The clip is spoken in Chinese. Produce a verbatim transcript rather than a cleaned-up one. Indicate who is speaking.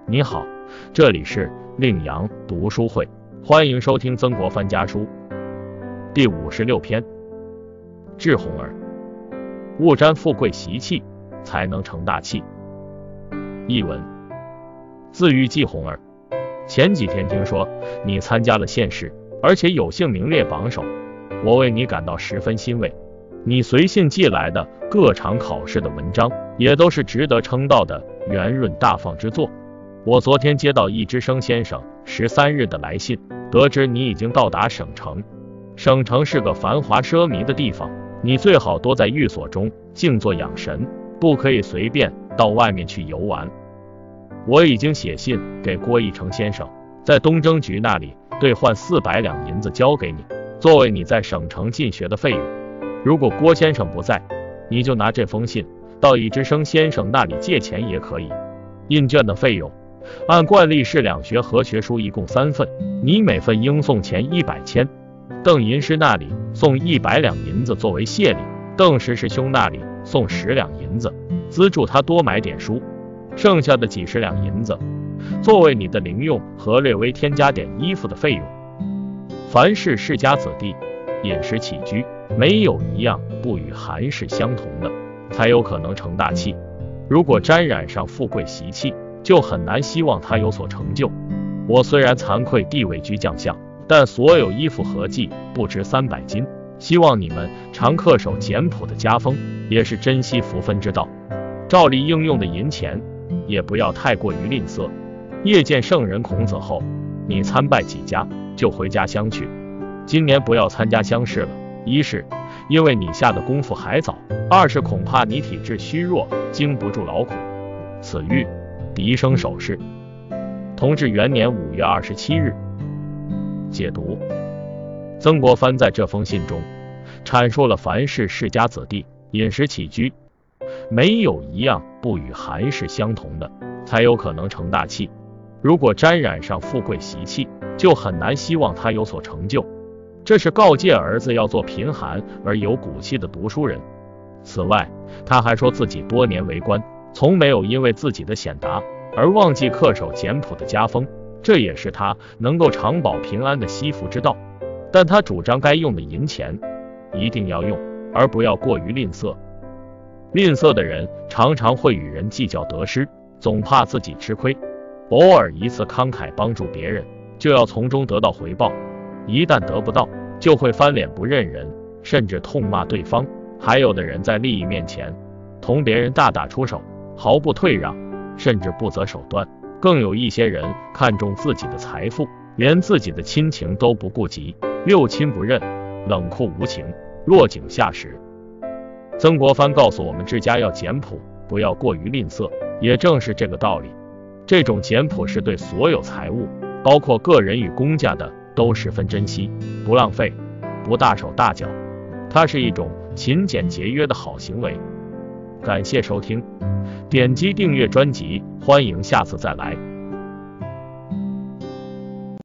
Speaker 1: 你好，这里是令阳读书会，欢迎收听曾国藩家书第五十六篇。致红儿，勿沾富贵习气，才能成大器。译文：自喻季红儿，前几天听说你参加了县试，而且有幸名列榜首，我为你感到十分欣慰。你随信寄来的各场考试的文章，也都是值得称道的圆润大方之作。我昨天接到易之生先生十三日的来信，得知你已经到达省城。省城是个繁华奢靡的地方，你最好多在寓所中静坐养神，不可以随便到外面去游玩。我已经写信给郭义成先生，在东征局那里兑换四百两银子交给你，作为你在省城进学的费用。如果郭先生不在，你就拿这封信到易之生先生那里借钱也可以。印卷的费用按惯例是两学和学书一共三份，你每份应送钱一百千。邓寅师那里送一百两银子作为谢礼，邓石师兄那里送十两银子，资助他多买点书，剩下的几十两银子作为你的零用和略微添加点衣服的费用。凡是世家子弟，饮食起居没有一样不与韩氏相同的，才有可能成大器。如果沾染上富贵习气，就很难希望他有所成就。我虽然惭愧地位居将相，但所有衣服合计不值三百斤，希望你们常恪守简朴的家风，也是珍惜福分之道。照例应用的银钱也不要太过于吝啬。夜见圣人孔子后，你参拜几家就回家乡去。今年不要参加乡试了，一是因为你下的功夫还早，二是恐怕你体质虚弱，经不住劳苦。此谕笛声手势。同治元年五月二十七日。解读：曾国藩在这封信中阐述了凡是世家子弟饮食起居没有一样不与韩氏相同的，才有可能成大器。如果沾染上富贵习气，就很难希望他有所成就。这是告诫儿子要做贫寒而有骨气的读书人。此外，他还说自己多年为官，从没有因为自己的显达而忘记恪守简朴的家风，这也是他能够长保平安的惜福之道。但他主张该用的银钱一定要用，而不要过于吝啬。吝啬的人常常会与人计较得失，总怕自己吃亏。偶尔一次慷慨帮助别人，就要从中得到回报，一旦得不到，就会翻脸不认人，甚至痛骂对方。还有的人在利益面前同别人大打出手，毫不退让，甚至不择手段。更有一些人看重自己的财富，连自己的亲情都不顾及，六亲不认，冷酷无情，落井下石。曾国藩告诉我们治家要简朴，不要过于吝啬，也正是这个道理。这种简朴是对所有财物，包括个人与公家的，都十分珍惜，不浪费，不大手大脚，它是一种勤俭节约的好行为。感谢收听，点击订阅专辑，欢迎下次再来。